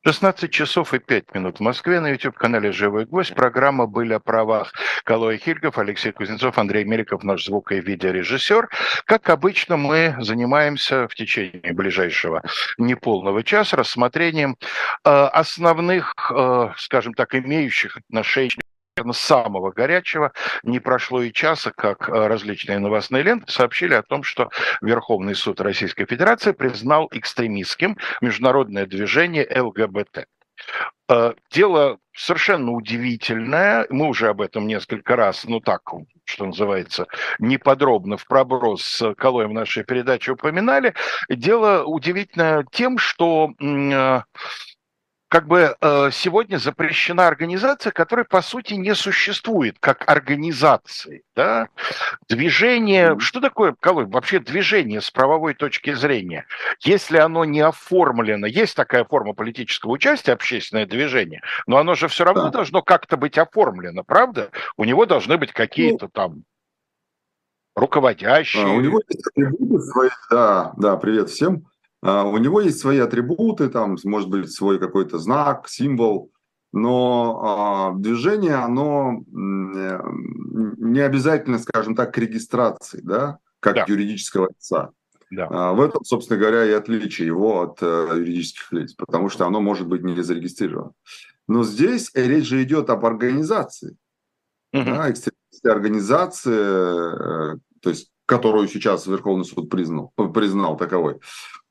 16 часов и 5 минут в Москве. На YouTube-канале «Живой гвоздь». Программа «Были о правах». Калой Хильгов, Алексей Кузнецов, Андрей Меликов, наш звук- и видеорежиссер. Как обычно, мы занимаемся в течение ближайшего неполного часа рассмотрением основных, скажем так, имеющих отношение самого горячего. Не прошло и часа, как различные новостные ленты сообщили о том, что Верховный суд Российской Федерации признал экстремистским международное движение ЛГБТ. Дело совершенно удивительное. Мы уже об этом несколько раз, ну так, что называется, неподробно в проброс с Калоем в нашей передаче упоминали. Дело удивительное тем, что сегодня запрещена организация, которая, по сути, не существует как организации. Да? Движение, что такое, Колой, вообще движение с правовой точки зрения? Если оно не оформлено, есть такая форма политического участия, общественное движение, но оно же все равно Да. должно как-то быть оформлено, правда? У него должны быть Ну, какие-то там у него руководящие. есть атрибуты свои, да, привет всем. У него есть свои атрибуты, там, может быть, свой какой-то знак, символ, но движение, оно не обязательно, скажем так, к регистрации, да, как Да, юридического лица. да. В этом, собственно говоря, и отличие его от юридических лиц, потому что оно может быть не зарегистрировано. Но здесь речь же идет об организации. Мгм. Да, экстремистская организация, то есть, которую сейчас Верховный суд признал таковой.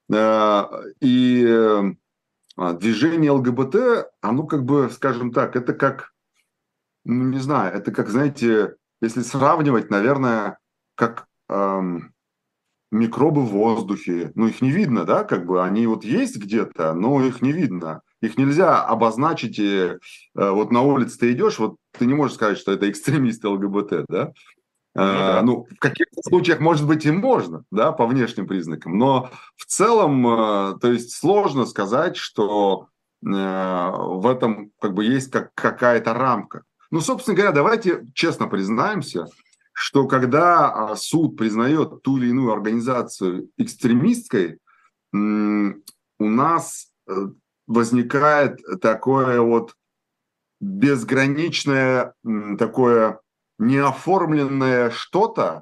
И движение ЛГБТ, оно как бы, скажем так, это как, ну не знаю, это как, знаете, если сравнивать, наверное, как микробы в воздухе. Ну, их не видно, да, как бы они вот есть где-то, но их не видно. Их нельзя обозначить, и вот на улице ты идешь, вот ты не можешь сказать, что это экстремисты ЛГБТ, да. Ну да. Ну, в каких-то случаях, может быть, и можно, да, по внешним признакам, но в целом, то есть сложно сказать, что в этом как бы есть какая-то рамка. Ну, собственно говоря, давайте честно признаемся, что когда суд признает ту или иную организацию экстремистской, у нас возникает такое вот безграничное, такое неоформленное что-то,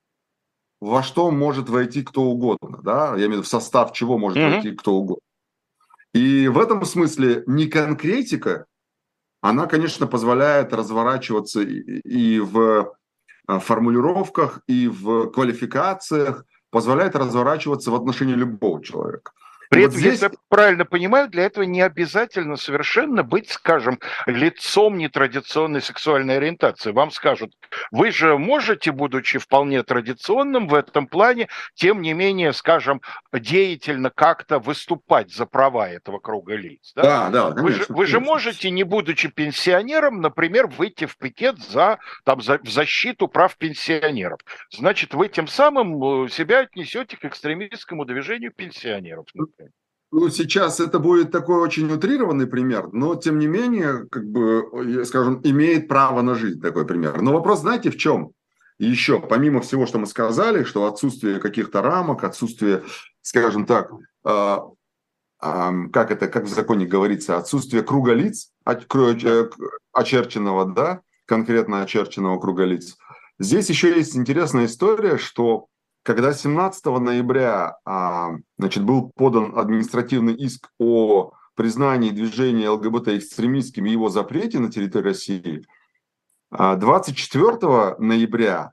во что может войти кто угодно, да, я имею в виду в состав чего может Мгм. войти кто угодно. И в этом смысле не конкретика, она, конечно, позволяет разворачиваться и в формулировках, и в квалификациях, позволяет разворачиваться в отношении любого человека. И При вот этом, если здесь, я правильно понимаю, для этого не обязательно совершенно быть, скажем, лицом нетрадиционной сексуальной ориентации. Вам скажут, вы же можете, будучи вполне традиционным в этом плане, тем не менее, скажем, деятельно как-то выступать за права этого круга лиц. Да? да, Вы же, конечно, вы же конечно. можете, не будучи пенсионером, например, выйти в пикет в защиту прав пенсионеров. Значит, вы тем самым себя отнесете к экстремистскому движению пенсионеров, например. Ну, сейчас это будет такой очень утрированный пример, но тем не менее, как бы, скажем, имеет право на жизнь такой пример. Но вопрос, знаете, в чем? Еще, помимо всего, что мы сказали, что отсутствие каких-то рамок, отсутствие, скажем так, как в законе говорится, отсутствие круга лиц, Да. очерченного, да, конкретно очерченного круга лиц. Здесь еще есть интересная история, что когда 17 ноября значит, был подан административный иск о признании движения ЛГБТ экстремистским и его запрете на территории России, 24 ноября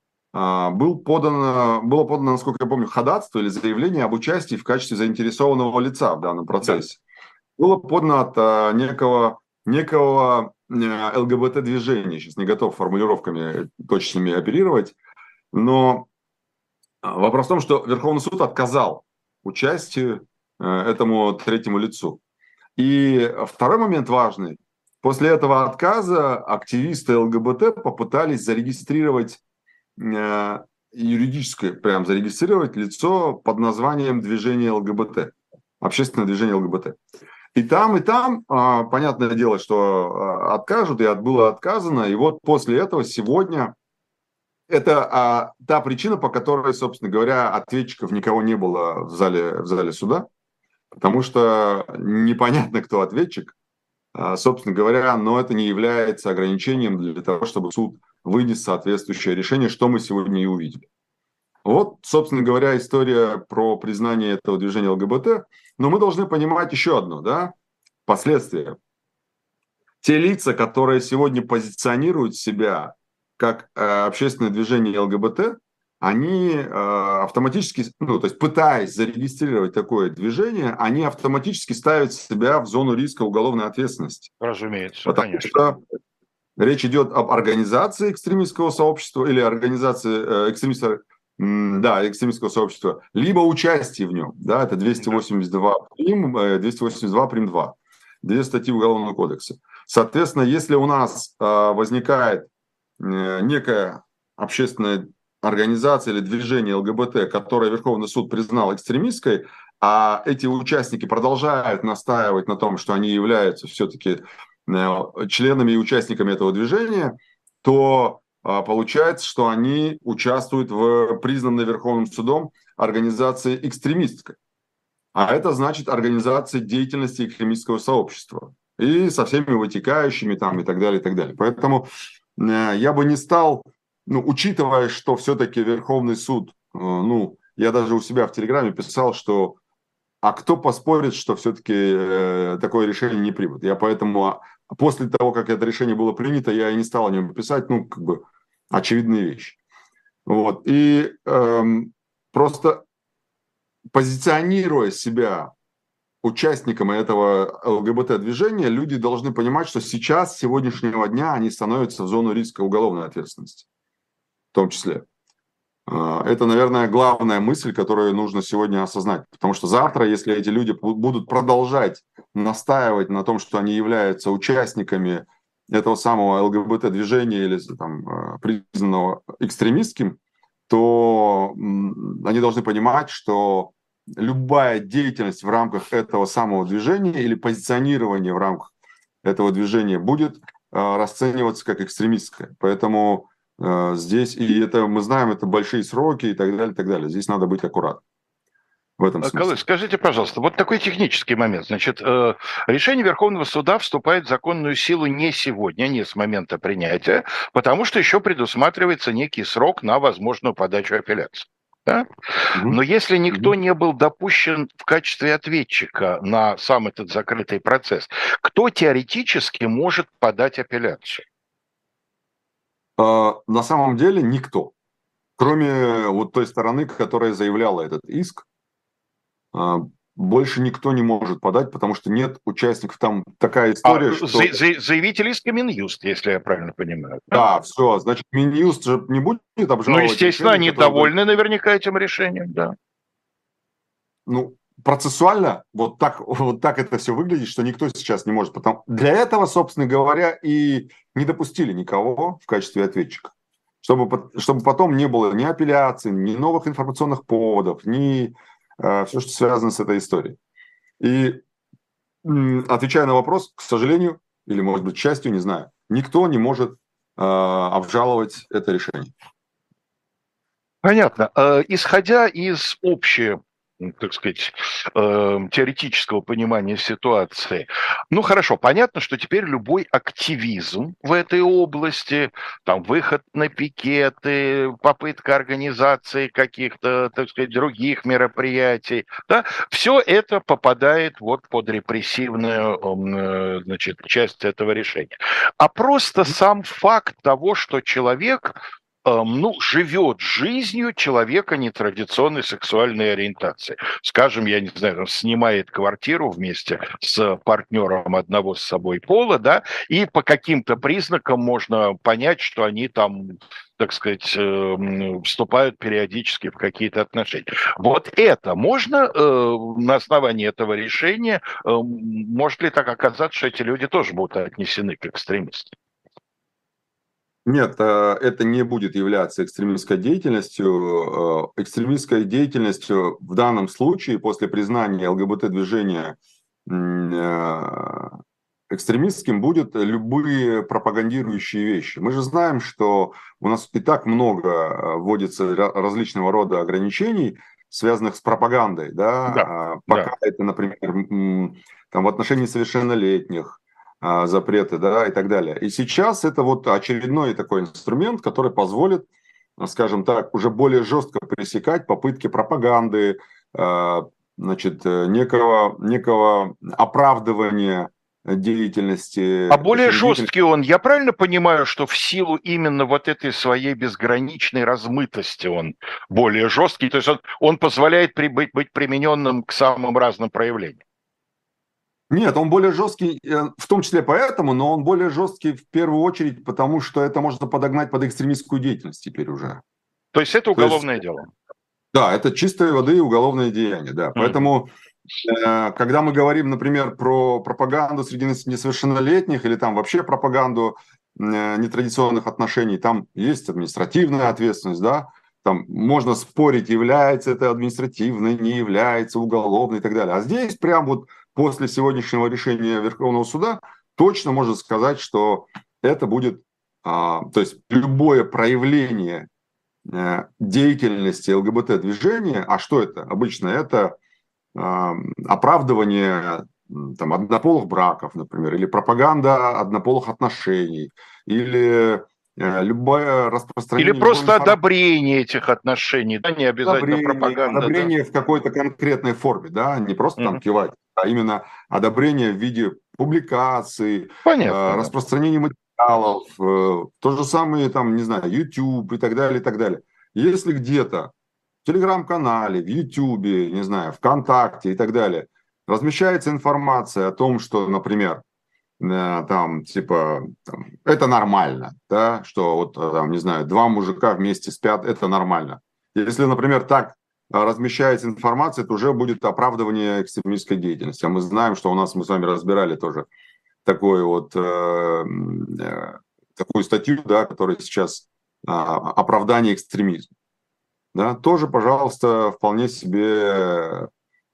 было подано, насколько я помню, ходатайство или заявление об участии в качестве заинтересованного лица в данном Да. процессе. Было подано от некого ЛГБТ-движения. Сейчас не готов формулировками точными оперировать. Но вопрос в том, что Верховный суд отказал участию этому третьему лицу. И второй момент важный. После этого отказа активисты ЛГБТ попытались зарегистрировать юридическое, прям зарегистрировать лицо под названием движение ЛГБТ, общественное движение ЛГБТ. И там, понятное дело, что откажут, и было отказано. И вот после этого сегодня это та причина, по которой, собственно говоря, ответчиков никого не было в зале суда. потому что непонятно, кто ответчик, собственно говоря, но это не является ограничением для того, чтобы суд вынес соответствующее решение, что мы сегодня и увидели. Вот, собственно говоря, история про признание этого движения ЛГБТ. Но мы должны понимать еще одно, да, последствия. Те лица, которые сегодня позиционируют себя как общественное движение ЛГБТ, они автоматически, ну, то есть пытаясь зарегистрировать такое движение, они автоматически ставят себя в зону риска уголовной ответственности. Разумеется, Потому конечно. что речь идет об организации экстремистского сообщества или организации экстремистского сообщества, либо участии в нем. Да, это 282 прим. 282 прим. 2. Две статьи Уголовного кодекса. Соответственно, если у нас возникает некая общественная организация или движение ЛГБТ, которое Верховный суд признал экстремистской, а эти участники продолжают настаивать на том, что они являются все-таки членами и участниками этого движения, то получается, что они участвуют в признанной Верховным судом организации экстремистской. А это значит организация деятельности экстремистского сообщества. И со всеми вытекающими там и так далее, и так далее. Поэтому я бы не стал, учитывая, что все-таки Верховный суд, я даже у себя в Телеграме писал, что а кто поспорит, что все-таки такое решение не примут. Я поэтому после того, как это решение было принято, я и не стал о нем писать, очевидные вещи. Вот. И просто позиционируя себя участником этого ЛГБТ-движения, люди должны понимать, что сейчас, с сегодняшнего дня, они становятся в зону риска уголовной ответственности, в том числе. Это, наверное, главная мысль, которую нужно сегодня осознать. Потому что завтра, если эти люди будут продолжать настаивать на том, что они являются участниками этого самого ЛГБТ-движения или признанного экстремистским, то они должны понимать, что любая деятельность в рамках этого самого движения или позиционирование в рамках этого движения будет расцениваться как экстремистское. Поэтому здесь, и это мы знаем, это большие сроки и так далее, и так далее. Здесь надо быть аккуратным в этом смысле. Колы, скажите, пожалуйста, вот такой технический момент. Значит, решение Верховного суда вступает в законную силу не сегодня, не с момента принятия, потому что еще предусматривается некий срок на возможную подачу апелляции. Да? Но если никто не был допущен в качестве ответчика на сам этот закрытый процесс, кто теоретически может подать апелляцию? На самом деле никто, кроме вот той стороны, которая заявляла этот иск. Больше никто не может подать, потому что нет участников. Там такая история, что... Заявитель иска Минюст, если я правильно понимаю. Да, все. Значит, Минюст же не будет обжаловать естественно, решение, они довольны наверняка этим решением, да. Процессуально вот так это все выглядит, что никто сейчас не может. Для этого, собственно говоря, и не допустили никого в качестве ответчика. Чтобы потом не было ни апелляций, ни новых информационных поводов, ни все, что связано с этой историей. И отвечая на вопрос, к сожалению, или, может быть, к счастью, не знаю, никто не может обжаловать это решение. Понятно. Исходя из общей, так сказать, теоретического понимания ситуации, хорошо, понятно, что теперь любой активизм в этой области, там, выход на пикеты, попытка организации каких-то, так сказать, других мероприятий, да, все это попадает вот под репрессивную, значит, часть этого решения. А просто сам факт того, что человек живет жизнью человека нетрадиционной сексуальной ориентации. Скажем, я не знаю, снимает квартиру вместе с партнером одного с собой пола, да, и по каким-то признакам можно понять, что они там, так сказать, вступают периодически в какие-то отношения. Вот это можно на основании этого решения, может ли так оказаться, что эти люди тоже будут отнесены к экстремистам? Нет, это не будет являться экстремистской деятельностью. Экстремистской деятельностью в данном случае после признания ЛГБТ-движения экстремистским будут любые пропагандирующие вещи. Мы же знаем, что у нас и так много вводится различного рода ограничений, связанных с пропагандой, Да, да, да. пока это, например, там в отношении совершеннолетних, запреты, да, и так далее. И сейчас это вот очередной такой инструмент, который позволит, скажем так, уже более жестко пресекать попытки пропаганды, значит, некого оправдывания А деятельности более учредителей. жесткий он, я правильно понимаю, что в силу именно вот этой своей безграничной размытости он более жесткий, то есть он позволяет быть примененным к самым разным проявлениям? Нет, он более жесткий, в том числе поэтому, но он более жесткий в первую очередь, потому что это можно подогнать под экстремистскую деятельность теперь уже. То есть это То есть, уголовное дело? да, это чистой воды уголовное деяние, да. Мгм. Поэтому, когда мы говорим, например, про пропаганду среди несовершеннолетних или там вообще пропаганду нетрадиционных отношений, там есть административная ответственность, да, там можно спорить, является это административной, не является, уголовной и так далее. А здесь прям вот после сегодняшнего решения Верховного суда точно можно сказать, что это будет, то есть любое проявление деятельности ЛГБТ-движения, а что это? Обычно это оправдывание там, однополых браков, например, или пропаганда однополых отношений, или любое Или распространение любой просто информации, одобрение этих отношений, да, не обязательно пропаганда, да? одобрение в какой-то конкретной форме, да, не просто там Мгм. кивать, а именно одобрение в виде публикаций, Понятно, да. распространения материалов, то же самое, там, не знаю, YouTube и так далее, и так далее. Если где-то в Телеграм-канале, в Ютубе, не знаю, ВКонтакте и так далее размещается информация о том, что, например, там, типа, там, это нормально, да, что вот, там, не знаю, два мужика вместе спят, это нормально. Если, например, так размещается информация, то уже будет оправдывание экстремистской деятельности. А мы знаем, что у нас, мы с вами разбирали тоже такой вот, такую статью, да, которая сейчас оправдание экстремизма. Да, тоже, пожалуйста, вполне себе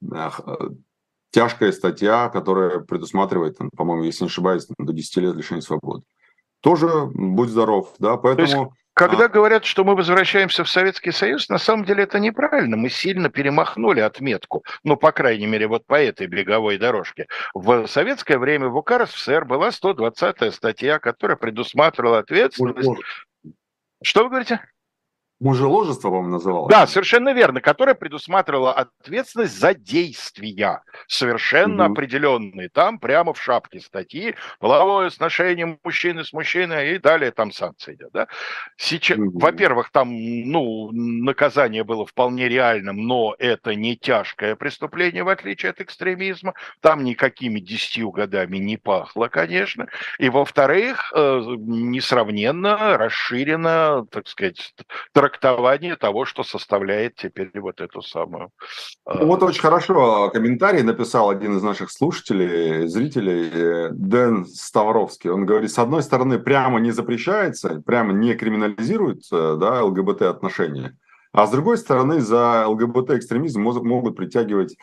тяжкая статья, которая предусматривает, там, по-моему, если не ошибаюсь, до 10 лет лишения свободы. Тоже будь здоров, да, То есть, поэтому... когда говорят, что мы возвращаемся в Советский Союз, на самом деле это неправильно. Мы сильно перемахнули отметку, ну, по крайней мере, вот по этой беговой дорожке. В советское время в УК РСФСР была 120-я статья, которая предусматривала ответственность. Что вы говорите? Мужеложество, по-моему, называлось. Да, совершенно верно, которая предусматривала ответственность за действия, совершенно Угу. определенные. Там прямо в шапке статьи половое сношение мужчины с мужчиной и далее там санкции идет. Да? Сейчас, Угу. во-первых, там ну, наказание было вполне реальным, но это не тяжкое преступление, в отличие от экстремизма. Там никакими 10 годами не пахло, конечно. И, во-вторых, несравненно расширено, так сказать, трактование того, что составляет теперь вот эту самую... Ну, вот очень хорошо комментарий написал один из наших слушателей, зрителей, Дэн Ставровский. Он говорит, с одной стороны, прямо не запрещается, прямо не криминализируется, да, ЛГБТ-отношения, а с другой стороны, за ЛГБТ-экстремизм могут притягивать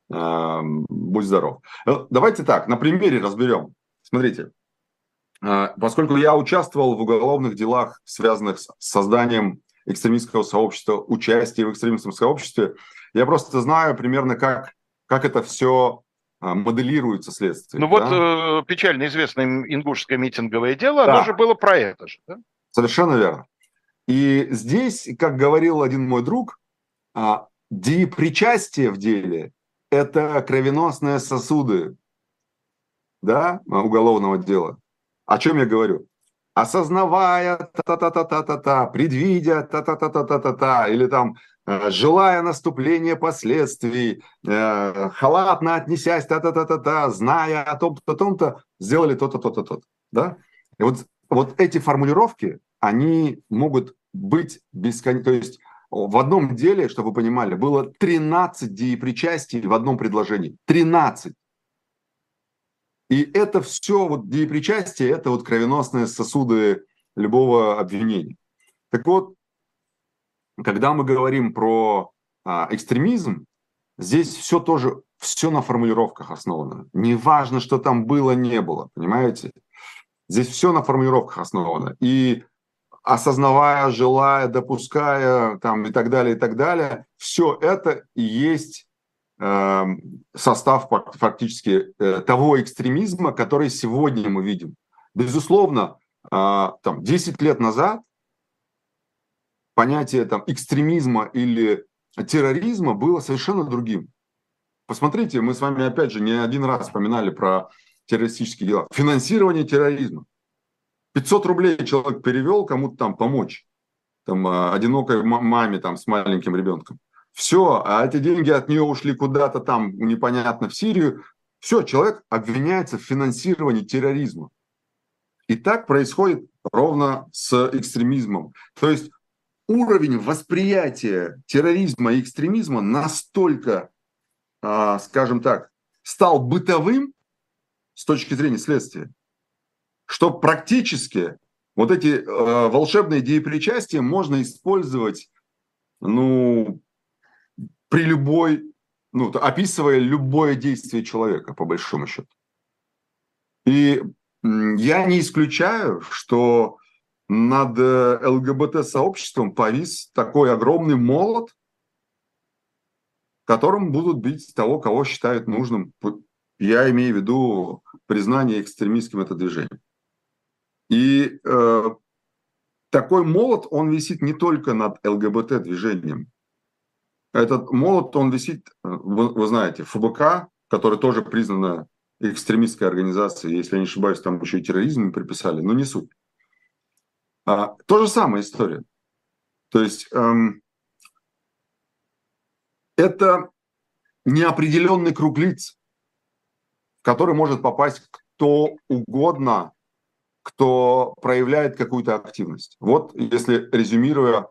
«Будь здоров». Давайте так, на примере разберем. Смотрите, поскольку я участвовал в уголовных делах, связанных с созданием экстремистского сообщества, участие в экстремистском сообществе, я просто знаю примерно, как это все моделируется Ну следствием. вот Да? печально известное ингушское митинговое дело, оно же Да, было про это же. Да? совершенно верно. И здесь, как говорил один мой друг, причастие в деле – это кровеносные сосуды, да, уголовного дела. О чем я говорю? Осознавая та-та-та-та-та-та, предвидя та-та-та-та-та-та, или там желая наступления последствий, халатно отнесясь та-та-та-та-та, зная о том-то, сделали то-то, то-то, то-то. Да? И вот эти формулировки, они могут быть бесконечны. То есть в одном деле, чтобы вы понимали, было 13 деепричастий в одном предложении. 13. И это все, вот деепричастие, это вот кровеносные сосуды любого обвинения. Так вот, когда мы говорим про экстремизм, здесь все тоже, все на формулировках основано. Неважно, что там было, не было, понимаете? Здесь все на формулировках основано. И осознавая, желая, допуская там, и так далее, все это и есть состав фактически того экстремизма, который сегодня мы видим. Безусловно, там, 10 лет назад понятие там, экстремизма или терроризма было совершенно другим. Посмотрите, мы с вами опять же не один раз вспоминали про террористические дела. Финансирование терроризма. 500 рублей человек перевел кому-то там помочь. Там, одинокой маме там, с маленьким ребенком. Все, а эти деньги от нее ушли куда-то там, непонятно, в Сирию. Все, человек обвиняется в финансировании терроризма. И так происходит ровно с экстремизмом. То есть уровень восприятия терроризма и экстремизма настолько, скажем так, стал бытовым с точки зрения следствия, что практически вот эти волшебные деепричастия можно использовать, ну, при любой, ну, описывая любое действие человека, по большому счету. И я не исключаю, что над ЛГБТ-сообществом повис такой огромный молот, которым будут бить того, кого считают нужным. Я имею в виду признание экстремистским это движение. И такой молот, он висит не только над ЛГБТ-движением. Этот молот, он висит, вы знаете, ФБК, которая тоже признана экстремистской организацией, если я не ошибаюсь, там еще и терроризм приписали, но не суть. То же самая история. То есть это неопределенный круг лиц, в который может попасть кто угодно, кто проявляет какую-то активность. Вот если резюмируя,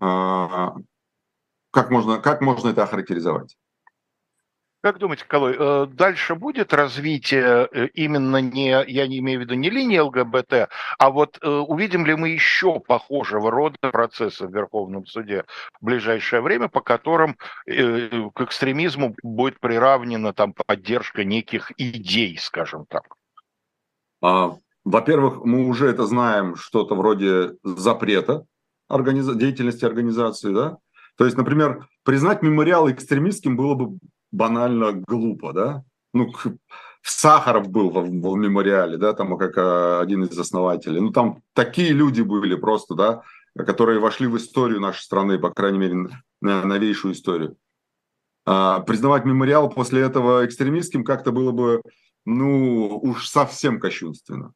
как можно это охарактеризовать? Как думаете, Калой, дальше будет развитие именно я не имею в виду не линии ЛГБТ, а вот увидим ли мы еще похожего рода процессы в Верховном суде в ближайшее время, по которым к экстремизму будет приравнена там поддержка неких идей, скажем так? Во-первых, мы уже это знаем, что-то вроде запрета деятельности организации, да? То есть, например, признать мемориал экстремистским было бы банально глупо, да? Ну, Сахаров был в мемориале, да, там как один из основателей. Ну, там такие люди были просто, да, которые вошли в историю нашей страны, по крайней мере, новейшую историю. Признавать мемориал после этого экстремистским как-то было бы, ну, уж совсем кощунственно.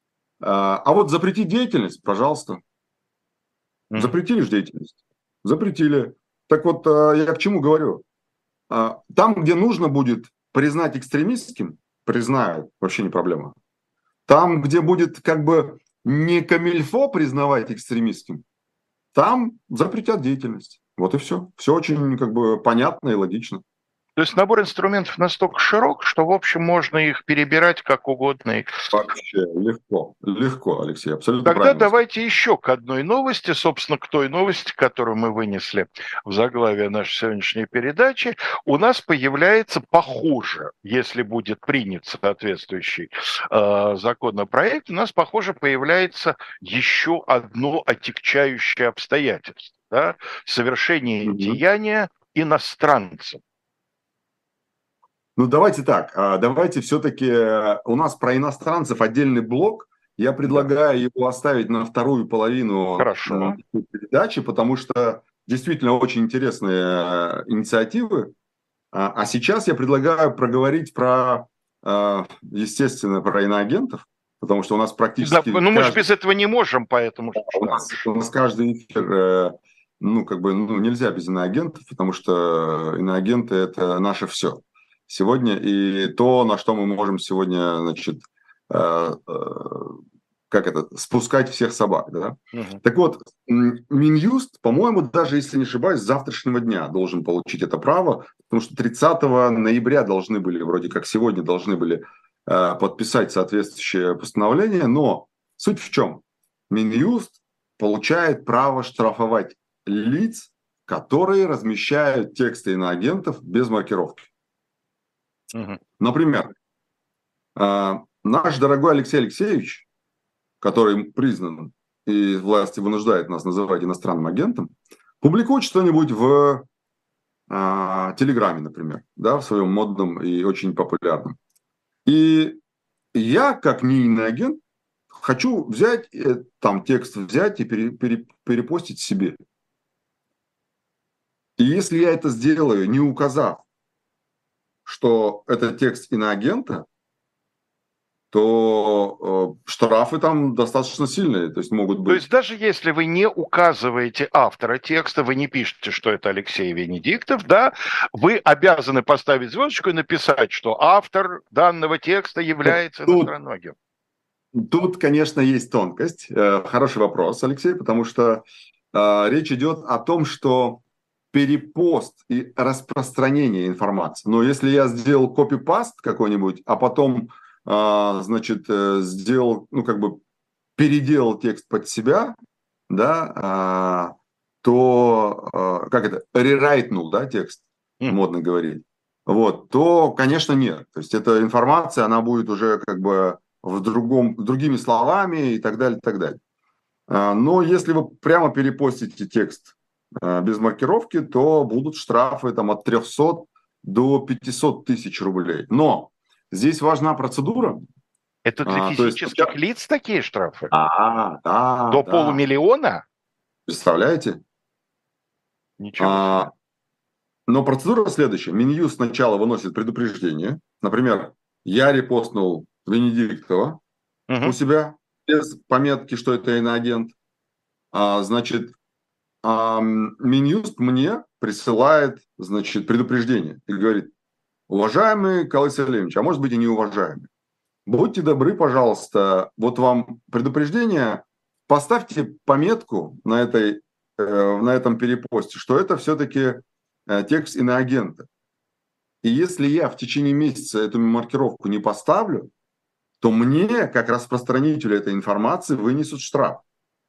А вот запретить деятельность, пожалуйста. Запретили же деятельность? Запретили. Так вот, я к чему говорю? Там, где нужно будет признать экстремистским, признают, вообще не проблема. Там, где будет как бы не камильфо признавать экстремистским, там запретят деятельность. Вот и все. Все очень как бы понятно и логично. То есть набор инструментов настолько широк, что, в общем, можно их перебирать как угодно. Вообще легко, Алексей, абсолютно Тогда правильно. давайте еще к одной новости, собственно, к той новости, которую мы вынесли в заглавие нашей сегодняшней передачи. У нас появляется, похоже, если будет принят соответствующий законопроект, у нас, похоже, появляется еще одно отягчающее обстоятельство. Да? Совершение деяния иностранцем. Ну, давайте так, давайте все-таки, у нас про иностранцев отдельный блок, я предлагаю его оставить на вторую половину передачи, потому что действительно очень интересные инициативы, а сейчас я предлагаю проговорить про, естественно, про иноагентов, потому что у нас практически... Да, ну мы же без этого не можем, поэтому... У нас каждый эфир, ну, как бы, ну, нельзя без иноагентов, потому что иноагенты – это наше все. Сегодня и то, на что мы можем сегодня, значит, спускать всех собак, да? Так вот, Минюст, по-моему, даже если не ошибаюсь, с завтрашнего дня должен получить это право, потому что 30 ноября должны были, вроде как сегодня должны были подписать соответствующее постановление, но суть в чем? Минюст получает право штрафовать лиц, которые размещают тексты иноагентов без маркировки. Например, наш дорогой Алексей Алексеевич, который признан и власти вынуждают нас называть иностранным агентом, публикует что-нибудь в Телеграме, например, да, в своем модном и очень популярном. И я, как не агент, хочу взять там текст взять и перепостить себе. И если я это сделаю, не указав, что это текст иноагента, то штрафы там достаточно сильные, то есть могут быть. То есть даже если вы не указываете автора текста, вы не пишете, что это Алексей Венедиктов, да, вы обязаны поставить звездочку и написать, что автор данного текста является иностранным агентом. Тут, конечно, есть тонкость. Хороший вопрос, Алексей, потому что речь идет о том, что перепост и распространение информации. Но если я сделал копипаст какой-нибудь, а потом, значит, сделал, ну, как бы переделал текст под себя, да, то, как это, рерайтнул, да, текст, модно говорить, вот, то, конечно, нет. То есть эта информация, она будет уже как бы другими словами и так далее, и так далее. Но если вы прямо перепостите текст без маркировки, то будут штрафы там, от 300 до 500 тысяч рублей. Но здесь важна процедура. Это для физических лиц такие штрафы? Да, до полумиллиона? Представляете? Ничего себе. Но процедура следующая. Минюст сначала выносит предупреждение. Например, я репостнул Венедиктова у себя без пометки, что это иноагент. Значит, Минюст мне присылает, значит, предупреждение и говорит: уважаемый Калай Сергеевич, а может быть и неуважаемый, будьте добры, пожалуйста, вот вам предупреждение, поставьте пометку на этом перепосте, что это все-таки текст иноагента. И если я в течение месяца эту маркировку не поставлю, то мне, как распространителю этой информации, вынесут штраф.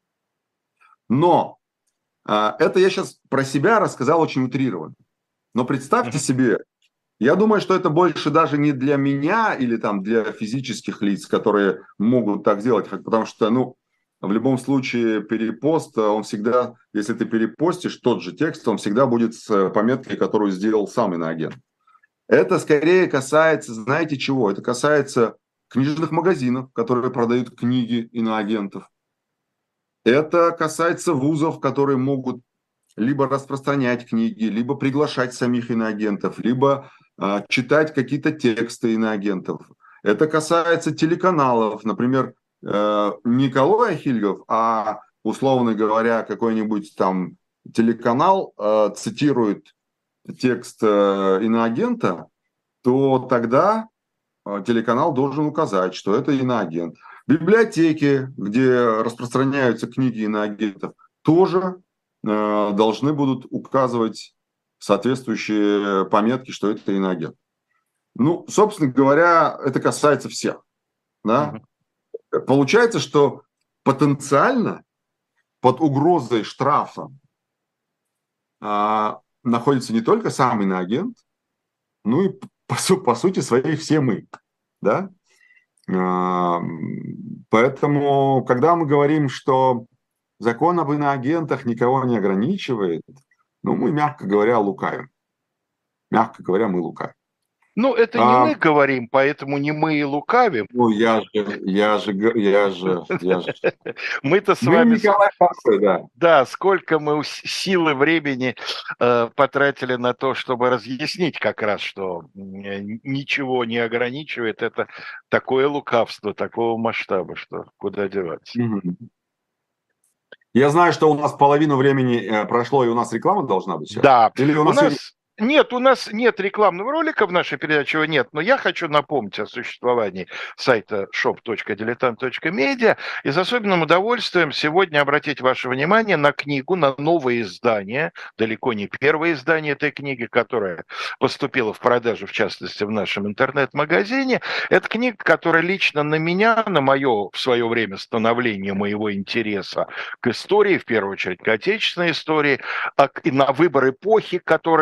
Но это я сейчас про себя рассказал очень утрированно. Но представьте себе, я думаю, что это больше даже не для меня или там для физических лиц, которые могут так делать, потому что, ну, в любом случае перепост, он всегда, если ты перепостишь тот же текст, он всегда будет с пометкой, которую сделал сам иноагент. Это скорее касается, знаете чего? Это касается книжных магазинов, которые продают книги иноагентов. Это касается вузов, которые могут либо распространять книги, либо приглашать самих иноагентов, либо читать какие-то тексты иноагентов. Это касается телеканалов, например, не Калой Ахильгов, а, условно говоря, какой-нибудь там телеканал цитирует текст иноагента, то тогда телеканал должен указать, что это иноагент. Библиотеки, где распространяются книги иноагентов, тоже должны будут указывать соответствующие пометки, что это иноагент. Ну, собственно говоря, это касается всех. Да? Получается, что потенциально под угрозой штрафа находится не только сам иноагент, ну и по сути своей все мы. Да? Поэтому, когда мы говорим, что закон об иноагентах никого не ограничивает, ну, мы, мягко говоря, лукавим. Мягко говоря, мы лукавим. Ну, это не мы говорим, поэтому не мы и лукавим. Ну, я же. Мы-то с вами... Николай Фарсой, да. Да, сколько мы силы, времени потратили на то, чтобы разъяснить как раз, что ничего не ограничивает. Это такое лукавство, такого масштаба, что куда деваться. Я знаю, что у нас половину времени прошло, и у нас реклама должна быть сейчас. Да. Или у нас... Нет, у нас нет рекламного ролика в нашей передаче, его нет, но я хочу напомнить о существовании сайта shop.diletant.media и с особенным удовольствием сегодня обратить ваше внимание на книгу, на новое издание, далеко не первое издание этой книги, которая поступила в продажу, в частности, в нашем интернет-магазине. Это книга, которая лично на меня, на мое в свое время становление моего интереса к истории, в первую очередь к отечественной истории, и на выбор эпохи, который я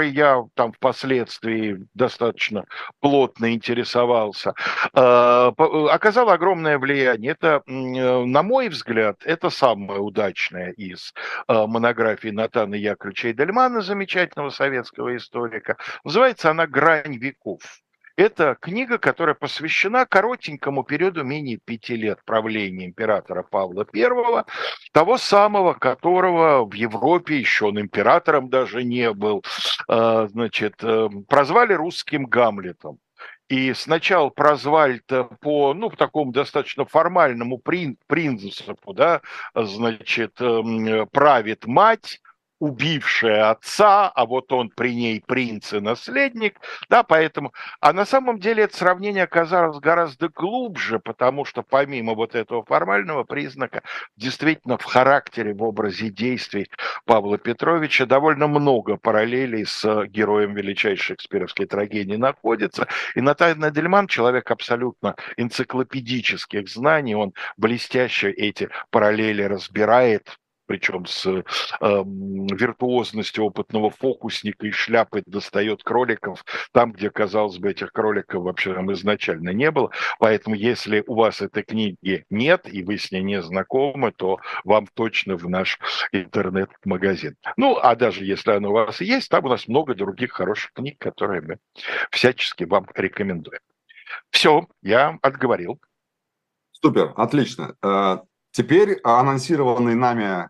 там впоследствии достаточно плотно интересовался, оказал огромное влияние. Это, на мой взгляд, это самая удачная из монографий Натана Яковлевича Эдельмана, замечательного советского историка. Называется она «Грань веков». Это книга, которая посвящена коротенькому периоду менее 5 лет правления императора Павла I, того самого, которого в Европе, еще он императором даже не был, значит, прозвали русским Гамлетом. И сначала прозвали-то по, ну, по такому достаточно формальному принципу, да, значит, правит мать, убившая отца, а вот он при ней принц и наследник, да, поэтому... А на самом деле это сравнение оказалось гораздо глубже, потому что помимо вот этого формального признака, действительно в характере, в образе действий Павла Петровича довольно много параллелей с героем величайшей шекспировской трагедии находится. И Натан Эдельман, человек абсолютно энциклопедических знаний, он блестяще эти параллели разбирает, причем с виртуозностью опытного фокусника, и шляпы достает кроликов там, где, казалось бы, этих кроликов вообще там изначально не было. Поэтому, если у вас этой книги нет, и вы с ней не знакомы, то вам точно в наш интернет-магазин. Ну, а даже если она у вас есть, там у нас много других хороших книг, которые мы всячески вам рекомендуем. Все, я отговорил. Супер, отлично. Теперь анонсированный нами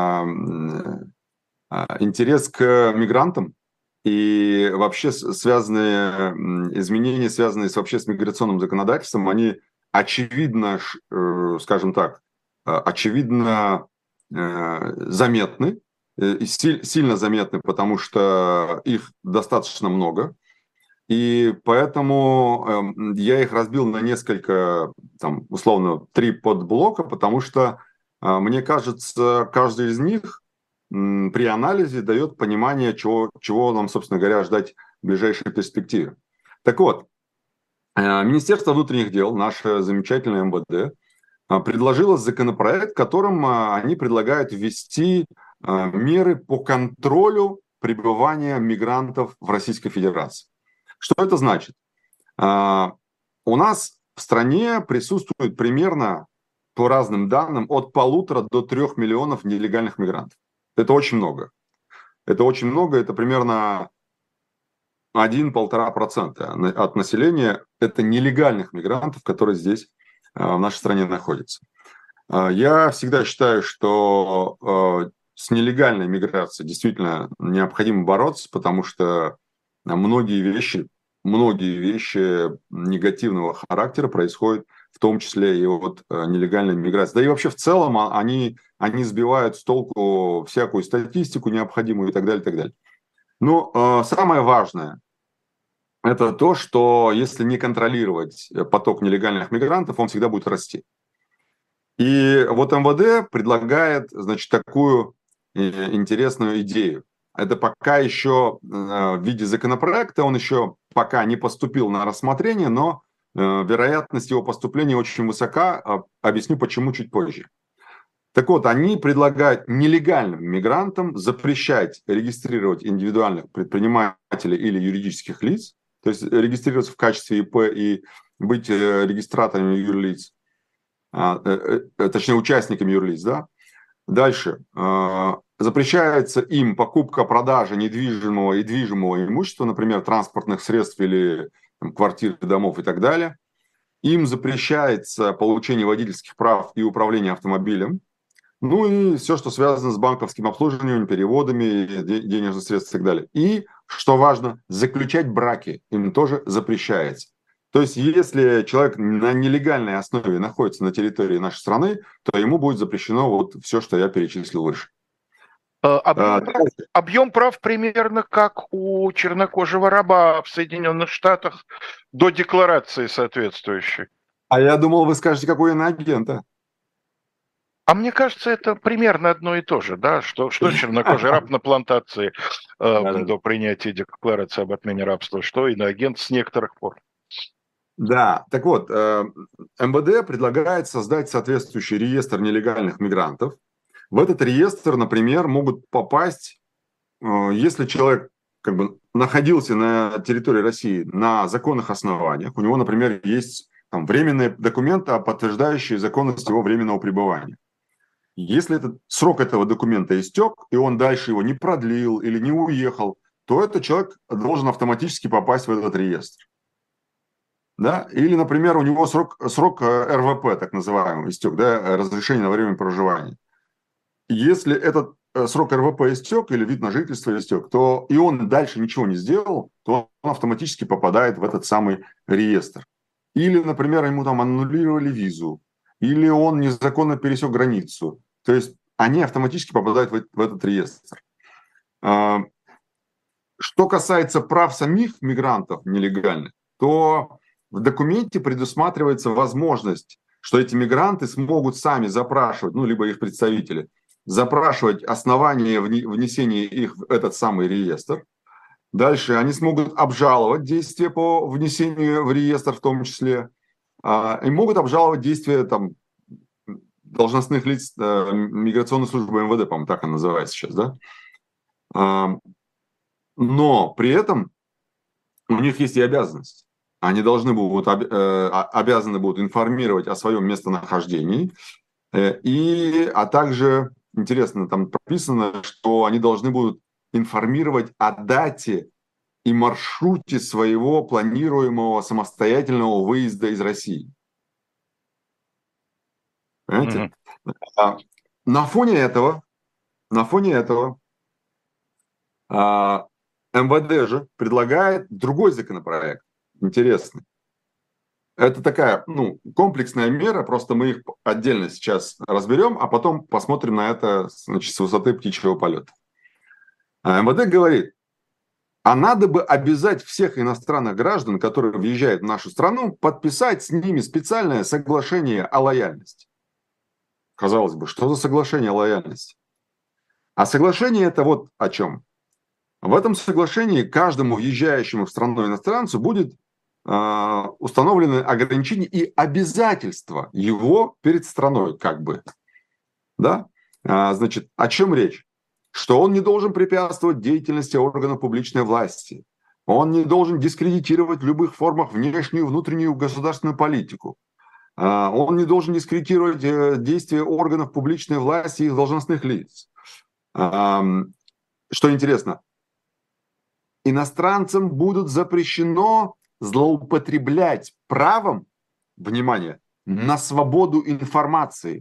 интерес к мигрантам и вообще связанные изменения, связанные вообще с миграционным законодательством, они очевидно, скажем так, очевидно заметны, сильно заметны, потому что их достаточно много. И поэтому я их разбил на несколько, там, условно, 3 подблока, потому что, мне кажется, каждый из них при анализе дает понимание, чего нам, собственно говоря, ждать в ближайшей перспективе. Так вот, Министерство внутренних дел, наше замечательное МВД, предложило законопроект, которым они предлагают ввести меры по контролю пребывания мигрантов в Российской Федерации. Что это значит? У нас в стране присутствует примерно, по разным данным, от 1,5 до 3 миллионов нелегальных мигрантов. Это очень много. Это очень много, это примерно 1-1,5% от населения. Это нелегальных мигрантов, которые здесь, в нашей стране, находятся. Я всегда считаю, что с нелегальной миграцией действительно необходимо бороться, потому что многие вещи негативного характера происходят, в том числе и от нелегальной миграции. Да и вообще в целом они сбивают с толку всякую статистику необходимую и так далее, и так далее. Но самое важное – это то, что если не контролировать поток нелегальных мигрантов, он всегда будет расти. И вот МВД предлагает, значит, такую интересную идею. Это пока еще в виде законопроекта, он еще пока не поступил на рассмотрение, но вероятность его поступления очень высока. Объясню, почему чуть позже. Так вот, они предлагают нелегальным мигрантам запрещать регистрировать индивидуальных предпринимателей или юридических лиц, то есть регистрироваться в качестве ИП и быть регистраторами юрлиц, точнее участниками юрлиц, да. Дальше. Запрещается им покупка, продажа недвижимого и движимого имущества, например, транспортных средств или квартир, домов и так далее. Им запрещается получение водительских прав и управление автомобилем. Ну и все, что связано с банковским обслуживанием, переводами, денежных средств и так далее. И, что важно, заключать браки им тоже запрещается. То есть, если человек на нелегальной основе находится на территории нашей страны, то ему будет запрещено вот все, что я перечислил выше. Объем прав примерно как у чернокожего раба в Соединенных Штатах до декларации соответствующей. А я думал, вы скажете, какой иноагента. А мне кажется, это примерно одно и то же, да, что чернокожий раб на плантации до принятия декларации об отмене рабства, что иноагент с некоторых пор. Да, так вот, МВД предлагает создать соответствующий реестр нелегальных мигрантов. В этот реестр, например, могут попасть, если человек как бы находился на территории России на законных основаниях, у него, например, есть там временные документы, подтверждающие законность его временного пребывания. Если этот срок этого документа истек, и он дальше его не продлил или не уехал, то этот человек должен автоматически попасть в этот реестр. Да? Или, например, у него срок РВП, так называемый, истек, да, разрешение на время проживания. Если этот срок РВП истек или вид на жительство истек, то и он дальше ничего не сделал, то он автоматически попадает в этот самый реестр. Или, например, ему там аннулировали визу, или он незаконно пересек границу. То есть они автоматически попадают в этот реестр. Что касается прав самих мигрантов нелегальных, то в документе предусматривается возможность, что эти мигранты смогут сами запрашивать, ну, либо их представители, запрашивать основания внесения их в этот самый реестр. Дальше они смогут обжаловать действия по внесению в реестр в том числе. И могут обжаловать действия там, должностных лиц миграционной службы МВД, по-моему, так она называется сейчас, да? Но при этом у них есть и обязанность. Они должны будут, обязаны будут информировать о своем местонахождении. А также, интересно, там прописано, что они должны будут информировать о дате и маршруте своего планируемого самостоятельного выезда из России. Понимаете? Mm-hmm. На фоне этого МВД же предлагает другой законопроект, интересный. Это такая, комплексная мера, просто мы их отдельно сейчас разберем, а потом посмотрим на это, значит, с высоты птичьего полета. МВД говорит, а надо бы обязать всех иностранных граждан, которые въезжают в нашу страну, подписать с ними специальное соглашение о лояльности. Казалось бы, что за соглашение о лояльности? А соглашение это вот о чем? В этом соглашении каждому въезжающему в страну иностранцу будет установлены ограничения и обязательства его перед страной, как бы. Да? Значит, о чем речь? Что он не должен препятствовать деятельности органов публичной власти. Он не должен дискредитировать в любых формах внешнюю и внутреннюю государственную политику. Он не должен дискредитировать действия органов публичной власти и их должностных лиц. Что интересно, иностранцам будет запрещено злоупотреблять правом, внимание, на свободу информации,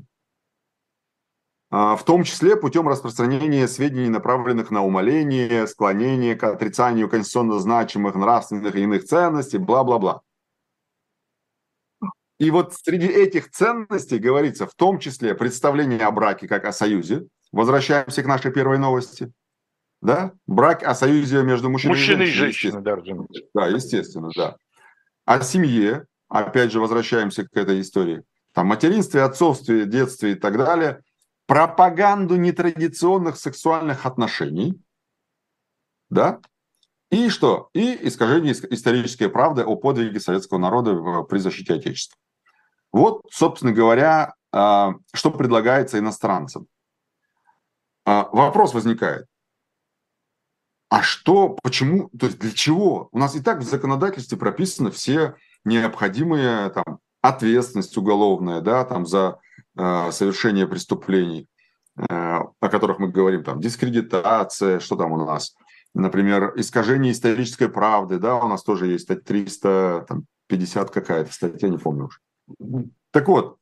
в том числе путем распространения сведений, направленных на умаление, склонение к отрицанию конституционно значимых нравственных и иных ценностей, бла-бла-бла. И вот среди этих ценностей говорится в том числе представление о браке как о союзе. Возвращаемся к нашей первой новости. Да? Брак о союзе между мужчиной и женщиной. Да, разумеется. Да, естественно, да. О семье, опять же, возвращаемся к этой истории. Там материнстве, отцовстве, детстве и так далее. Пропаганду нетрадиционных сексуальных отношений. Да? И что? И искажение исторической правды о подвиге советского народа при защите Отечества. Вот, собственно говоря, что предлагается иностранцам. Вопрос возникает. А что, почему, то есть для чего? У нас и так в законодательстве прописаны все необходимые там, ответственность уголовная, да, там, за совершение преступлений, о которых мы говорим, там, дискредитация, что там у нас, например, искажение исторической правды, да, у нас тоже есть 350 какая-то статья, не помню уже. Так вот,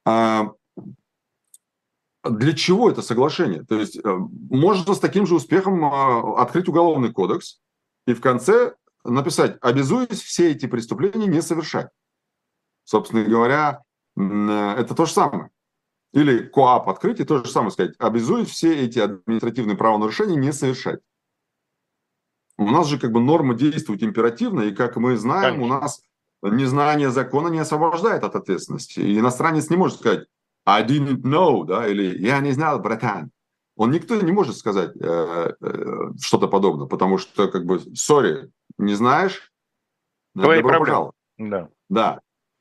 для чего это соглашение? То есть можно с таким же успехом открыть уголовный кодекс и в конце написать, обязуюсь все эти преступления не совершать. Собственно говоря, это то же самое. Или КоАП открыть и то же самое сказать, обязуюсь все эти административные правонарушения не совершать. У нас же как бы норма действует императивно, и как мы знаем, Конечно. У нас незнание закона не освобождает от ответственности. И иностранец не может сказать I didn't know, да, или я не знал, братан. Никто не может сказать что-то подобное, потому что, как бы, sorry, не знаешь, добро пожаловать. Да.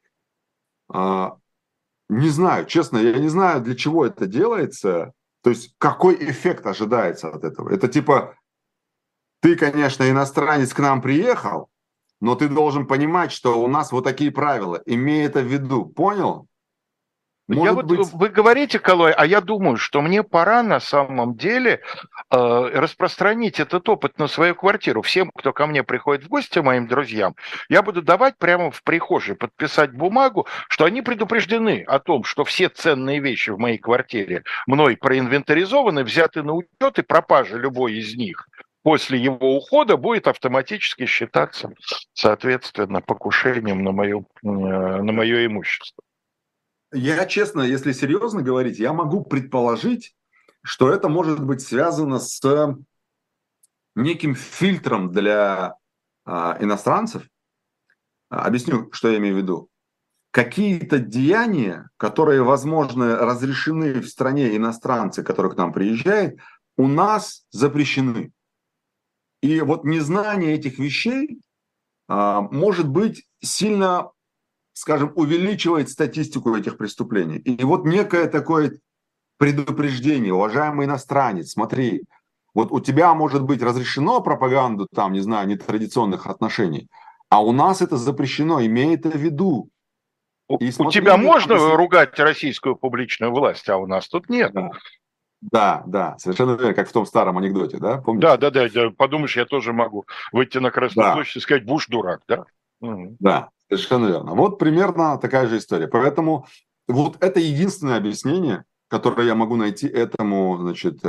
Не знаю, честно, я не знаю, для чего это делается, то есть какой эффект ожидается от этого. Это типа ты, конечно, иностранец к нам приехал, но ты должен понимать, что у нас вот такие правила. Имей это в виду. Понял? Я Может вот, быть, вы говорите, Калой, а я думаю, что мне пора на самом деле распространить этот опыт на свою квартиру. Всем, кто ко мне приходит в гости, моим друзьям, я буду давать прямо в прихожей подписать бумагу, что они предупреждены о том, что все ценные вещи в моей квартире мной проинвентаризованы, взяты на учет, и пропажа любой из них после его ухода будет автоматически считаться, соответственно, покушением на мое имущество. я честно, если серьезно говорить, я могу предположить, что это может быть связано с неким фильтром для иностранцев. Объясню, что я имею в виду. Какие-то деяния, которые, возможно, разрешены в стране иностранцы, которые к нам приезжают, у нас запрещены. И вот незнание этих вещей может быть сильно, скажем, увеличивает статистику этих преступлений. И вот некое такое предупреждение: уважаемый иностранец, смотри, вот у тебя может быть разрешено пропаганду, там, не знаю, нетрадиционных отношений, а у нас это запрещено, имей это в виду. И У смотри, тебя мне там можно ругать российскую публичную власть, а у нас тут нет. Да, да, да, совершенно верно, как в том старом анекдоте, да, Да, помните? да, да, да, подумаешь, я тоже могу выйти на Красную Да, площадь и сказать: Буш дурак, да? Мгм. да, совершенно верно. Вот примерно такая же история. Поэтому вот это единственное объяснение, которое я могу найти этому, значит,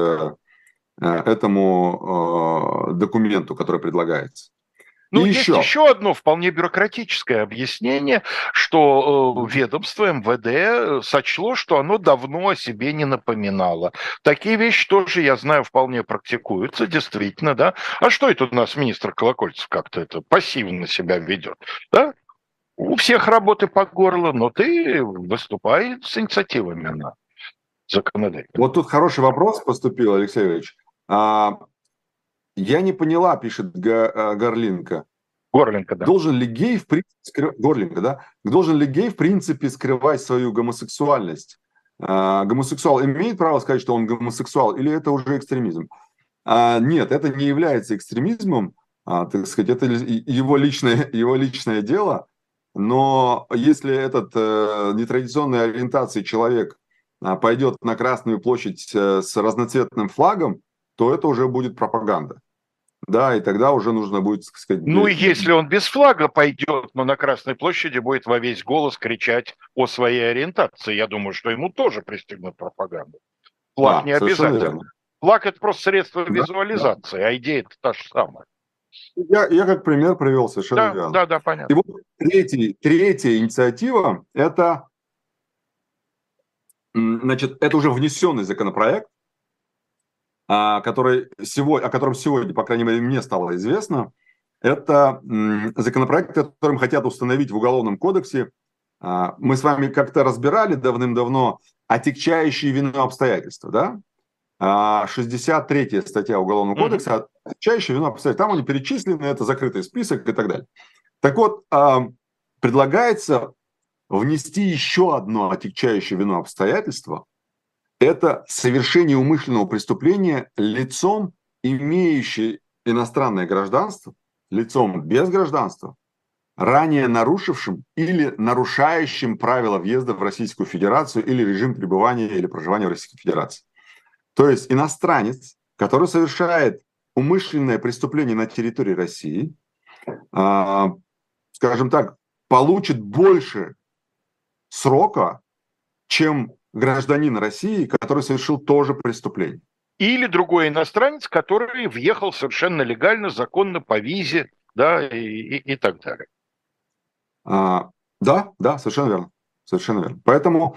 этому документу, который предлагается. И Ну, есть еще, еще одно вполне бюрократическое объяснение, что ведомство МВД сочло, что оно давно о себе не напоминало. Такие вещи тоже, я знаю, вполне практикуются, действительно, да. А что это у нас министр Колокольцев как-то это пассивно себя ведет, да? У всех работы по горло, но ты выступай с инициативами на законодательном. вот тут хороший вопрос поступил, Алексей Ильич. А, я не поняла, пишет Горлинка. Горленко, да. Должен ли гей в принципе, Горлинга, да? Должен ли гей в принципе скрывать свою гомосексуальность? Гомосексуал имеет право сказать, что он гомосексуал, или это уже экстремизм? Нет, это не является экстремизмом, так сказать, это его личное дело, но если этот нетрадиционной ориентации человек пойдет на Красную площадь с разноцветным флагом, то это уже будет пропаганда. Да, и тогда уже нужно будет, так сказать, Ну и если он без флага пойдет, но на Красной площади будет во весь голос кричать о своей ориентации, я думаю, что ему тоже пристегнут пропаганду. Флаг не совершенно обязательно. верно. Флаг – это просто средство Да, да. визуализации, а идея-то та же самая. Я как пример привел, совершенно Да, верно. да, да, И понятно. вот третья инициатива, это, значит, это уже внесенный законопроект, о котором сегодня, по крайней мере, мне стало известно. Это законопроект, которым хотят установить в Уголовном кодексе. Мы с вами как-то разбирали давным-давно отягчающие вину обстоятельства, да? 63-я статья Уголовного Мгм. кодекса, отягчающие вину обстоятельства. Там они перечислены, это закрытый список и так далее. Так вот, предлагается внести еще одно отягчающее вину обстоятельство. Это совершение умышленного преступления лицом, имеющим иностранное гражданство, лицом без гражданства, ранее нарушившим или нарушающим правила въезда в Российскую Федерацию или режим пребывания или проживания в Российской Федерации. То есть иностранец, который совершает умышленное преступление на территории России, скажем так, получит больше срока, чем гражданин России, который совершил тоже преступление. Или другой иностранец, который въехал совершенно легально, законно, по визе, да, и так далее. Да, да, совершенно верно. Совершенно верно. Поэтому,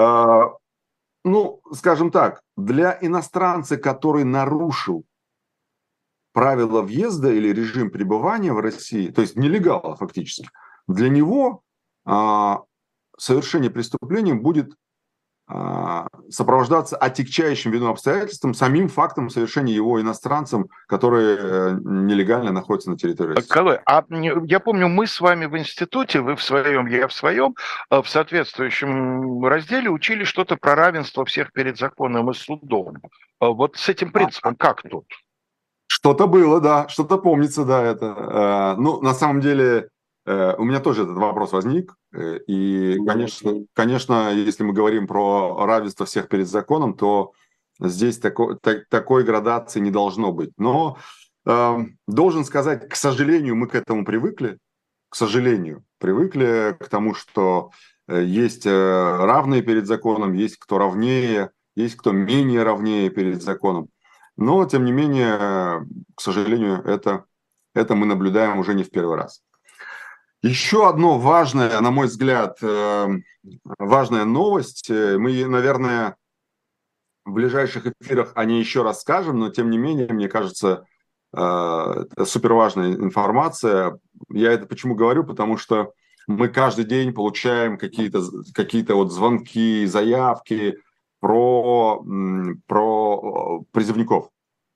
ну, скажем так, для иностранца, который нарушил правила въезда или режим пребывания в России, то есть нелегала фактически, для него совершение преступления будет сопровождаться отягчающим вину обстоятельством, самим фактом совершения его иностранцем, который нелегально находится на территории России. Калой, я помню, мы с вами в институте, вы в своем, я в своем, в соответствующем разделе учили что-то про равенство всех перед законом и судом. Вот с этим принципом как тут? Что-то было, да, что-то помнится, да, это. Ну, на самом деле, у меня тоже этот вопрос возник. И, конечно, если мы говорим про равенство всех перед законом, то здесь такой градации не должно быть. Но должен сказать, к сожалению, мы к этому привыкли. К сожалению, привыкли к тому, что есть равные перед законом, есть кто равнее, есть кто менее равнее перед законом. Но, тем не менее, к сожалению, это мы наблюдаем уже не в первый раз. Еще одно важное, на мой взгляд, важная новость. Мы, наверное, в ближайших эфирах о ней еще расскажем, но, тем не менее, мне кажется, это суперважная информация. Я это почему говорю? Потому что мы каждый день получаем какие-то вот звонки, заявки про призывников.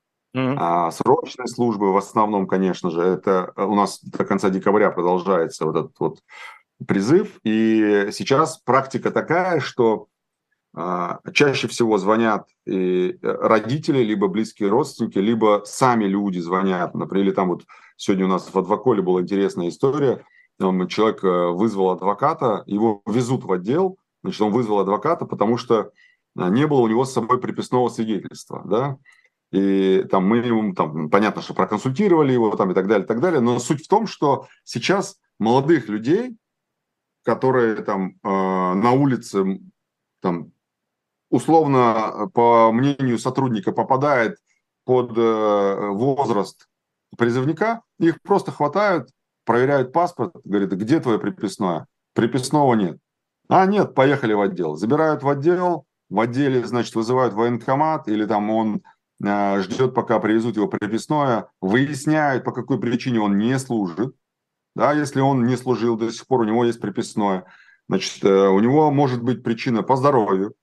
Срочной службы в основном, конечно же, это у нас до конца декабря продолжается вот этот вот призыв. И сейчас практика такая, что чаще всего звонят и родители, либо близкие родственники, либо сами люди звонят. Например, или там вот сегодня у нас в Адвоколе была интересная история. Там человек вызвал адвоката, его везут в отдел, значит, он вызвал адвоката, потому что не было у него с собой приписного свидетельства, да. И там мы ему, там, понятно, что проконсультировали его там, и так далее, и так далее. Но суть в том, что сейчас молодых людей, которые там на улице, там, условно, по мнению сотрудника, попадает под возраст призывника, их просто хватают, проверяют паспорт, говорят, где твое приписное? Приписного нет. А, нет, поехали в отдел. Забирают в отдел, в отделе, значит, вызывают военкомат, или там он ждет, пока привезут его приписное, выясняют, по какой причине он не служит. Да, если он не служил до сих пор, у него есть приписное, значит, у него может быть причина по здоровью.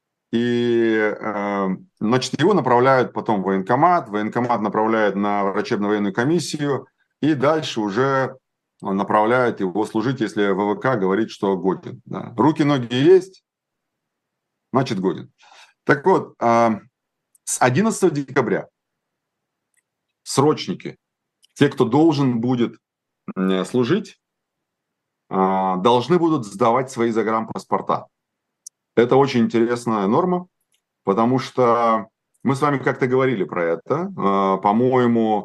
И, значит, его направляют потом в военкомат, военкомат направляет на врачебно-военную комиссию, и дальше уже направляют его служить, если ВВК говорит, что годен. Да. Руки, ноги есть, значит, годен. Так вот, с 11 декабря срочники, те, кто должен будет служить, должны будут сдавать свои загранпаспорта. Это очень интересная норма, потому что мы с вами как-то говорили про это. По-моему,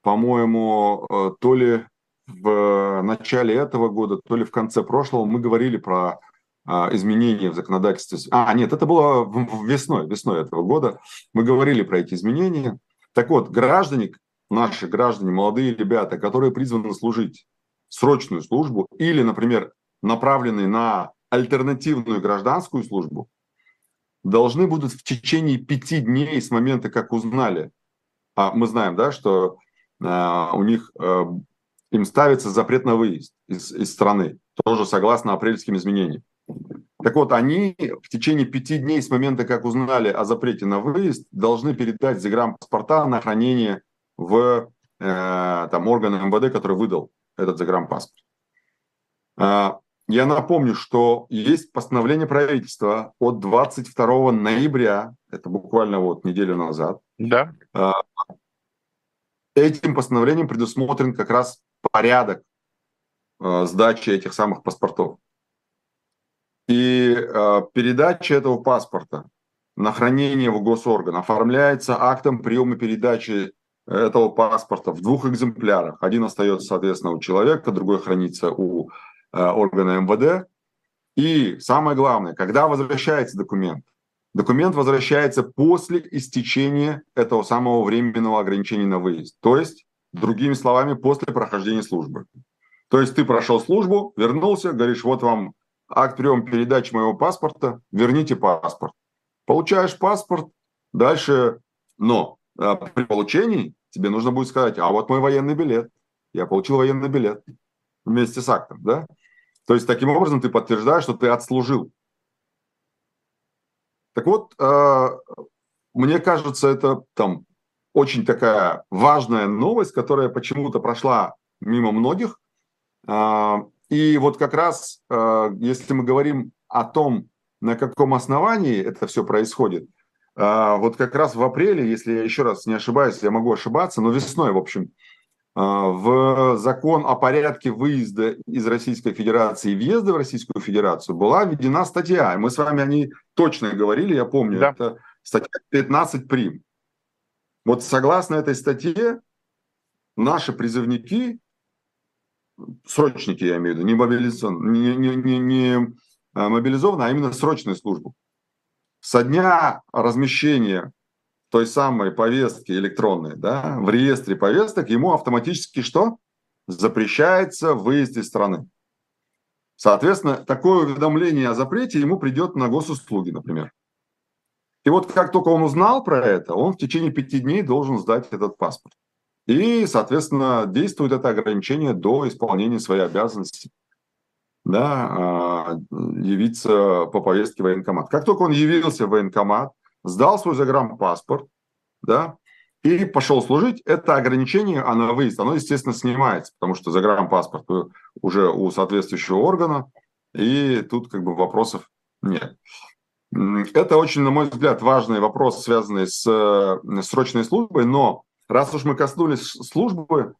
то ли в начале этого года, то ли в конце прошлого мы говорили про изменения в законодательстве. Нет, это было весной этого года. Мы говорили про эти изменения. Так вот, граждане, наши граждане, молодые ребята, которые призваны служить срочную службу или, например, направлены на альтернативную гражданскую службу, должны будут в течение 5 дней с момента, как узнали. Мы знаем, да, что у них им ставится запрет на выезд из страны, тоже согласно апрельским изменениям. Так вот, они в течение 5 дней с момента, как узнали о запрете на выезд, должны передать загранпаспорта на хранение в там, органы МВД, который выдал этот загранпаспорт. Я напомню, что есть постановление правительства от 22 ноября, это буквально вот неделю назад. Да. Этим постановлением предусмотрен как раз порядок сдачи этих самых паспортов. И передача этого паспорта на хранение в госорган оформляется актом приема передачи этого паспорта в 2 экземплярах. Один остается, соответственно, у человека, другой хранится у органа МВД. И самое главное, когда возвращается документ, документ возвращается после истечения этого самого временного ограничения на выезд. То есть, другими словами, после прохождения службы. То есть ты прошел службу, вернулся, говоришь, вот вам акт приема передачи моего паспорта, верните паспорт. Получаешь паспорт, дальше, но при получении тебе нужно будет сказать, а вот мой военный билет, я получил военный билет вместе с актом, да? То есть таким образом ты подтверждаешь, что ты отслужил. Так вот, мне кажется, это там очень такая важная новость, которая почему-то прошла мимо многих. И вот как раз, если мы говорим о том, на каком основании это все происходит, вот как раз в апреле, если я еще раз не ошибаюсь, я могу ошибаться, но весной, в общем, в закон о порядке выезда из Российской Федерации и въезда в Российскую Федерацию была введена статья. Мы с вами о ней точно говорили, я помню, Да. это статья 15 прим. Вот согласно этой статье наши призывники, срочники, я имею в виду, не мобилизованные, а именно срочную службу, со дня размещения той самой повестки электронной, да, в реестре повесток ему автоматически что? Запрещается выезд из страны. Соответственно, такое уведомление о запрете ему придет на госуслуги, например. И вот как только он узнал про это, он в течение 5 дней должен сдать этот паспорт. И, соответственно, действует это ограничение до исполнения своей обязанности, да, явиться по повестке в военкомат. Как только он явился в военкомат, сдал свой загранпаспорт, да, и пошел служить, это ограничение на выезд, оно, естественно, снимается, потому что загранпаспорт уже у соответствующего органа, и тут как бы вопросов нет. Это очень, на мой взгляд, важный вопрос, связанный с срочной службой, но раз уж мы коснулись службы,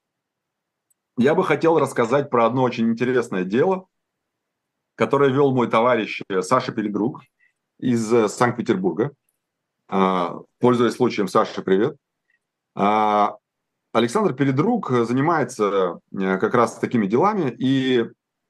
я бы хотел рассказать про одно очень интересное дело, которое вел мой товарищ Саша Пелегрук из Санкт-Петербурга. Пользуясь случаем, Саша, привет. Александр Пеледрук занимается как раз такими делами, и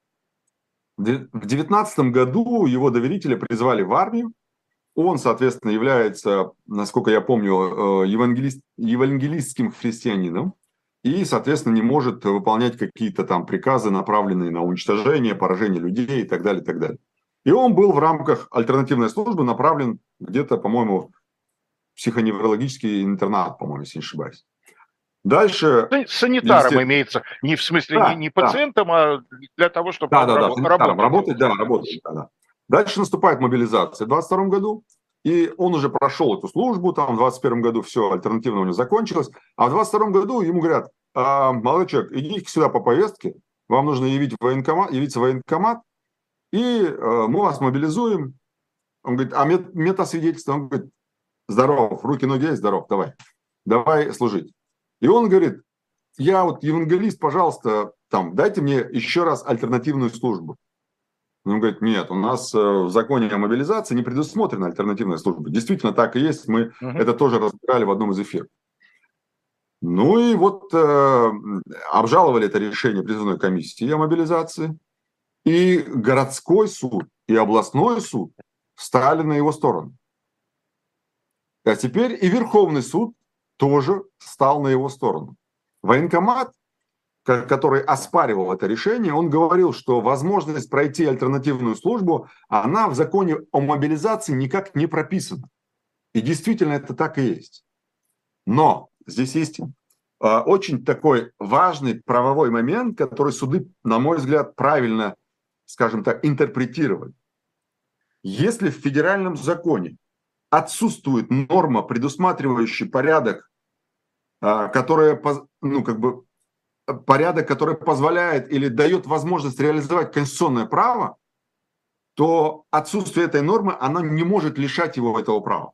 в 2019 году его доверителя призвали в армию. Он, соответственно, является, насколько я помню, евангелистским христианином и, соответственно, не может выполнять какие-то там приказы, направленные на уничтожение, поражение людей и так далее, и так далее. И он был в рамках альтернативной службы направлен где-то, по-моему, психоневрологический интернат, по-моему, если не ошибаюсь. Дальше... Санитаром имеется, не в смысле да, не пациентом, а для того, чтобы работать. Да. Дальше наступает мобилизация в 2022 году, и он уже прошел эту службу, там в 2021 году все альтернативно у него закончилось, а в 2022 году ему говорят: молодой человек, идите сюда по повестке, вам нужно явиться в военкомат, и мы вас мобилизуем. Он говорит: а метасвидетельство? Он говорит: здоров, руки, ноги есть, здоров, давай служить. И он говорит: я вот евангелист, пожалуйста, там, дайте мне еще раз альтернативную службу. Он говорит: нет, у нас в законе о мобилизации не предусмотрена альтернативная служба. Действительно, так и есть, мы это тоже разбирали в одном из эфиров. Ну и вот обжаловали это решение призывной комиссии о мобилизации, и городской суд, и областной суд стали на его сторону. А теперь и Верховный суд тоже стал на его сторону. Военкомат, который оспаривал это решение, он говорил, что возможность пройти альтернативную службу, она в законе о мобилизации никак не прописана. И действительно это так и есть. Но здесь есть очень такой важный правовой момент, который суды, на мой взгляд, правильно, скажем так, интерпретировали. Если в федеральном законе отсутствует норма, предусматривающая порядок, который позволяет или дает возможность реализовать конституционное право, то отсутствие этой нормы, она не может лишать его этого права.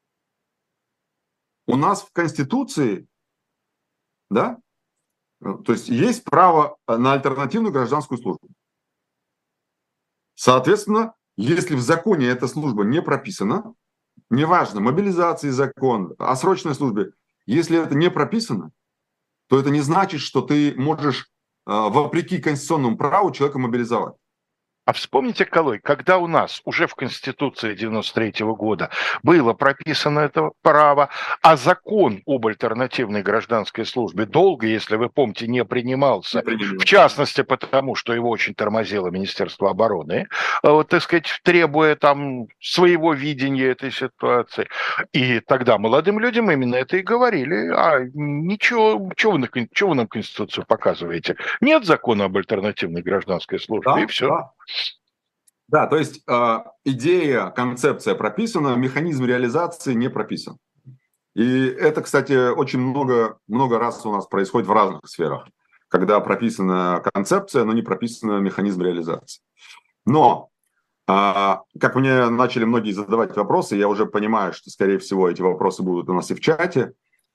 У нас в Конституции, да, то есть есть право на альтернативную гражданскую службу. Соответственно, если в законе эта служба не прописана, неважно, мобилизации закон, о срочной службе, если это не прописано, то это не значит, что ты можешь вопреки конституционному праву человека мобилизовать. А вспомните, Калой, когда у нас уже в Конституции 93-го года было прописано это право, а закон об альтернативной гражданской службе долго, если вы помните, не принимался, в частности потому, что его очень тормозило Министерство обороны, так сказать, требуя там своего видения этой ситуации. И тогда молодым людям именно это и говорили: ничего, что вы нам Конституцию показываете? Нет закона об альтернативной гражданской службе, да, и все. Да, то есть идея, концепция прописана, механизм реализации не прописан. И это, кстати, очень много раз у нас происходит в разных сферах, когда прописана концепция, но не прописан механизм реализации. Но Как мне начали многие задавать вопросы, я уже понимаю, что, скорее всего, эти вопросы будут у нас и в чате.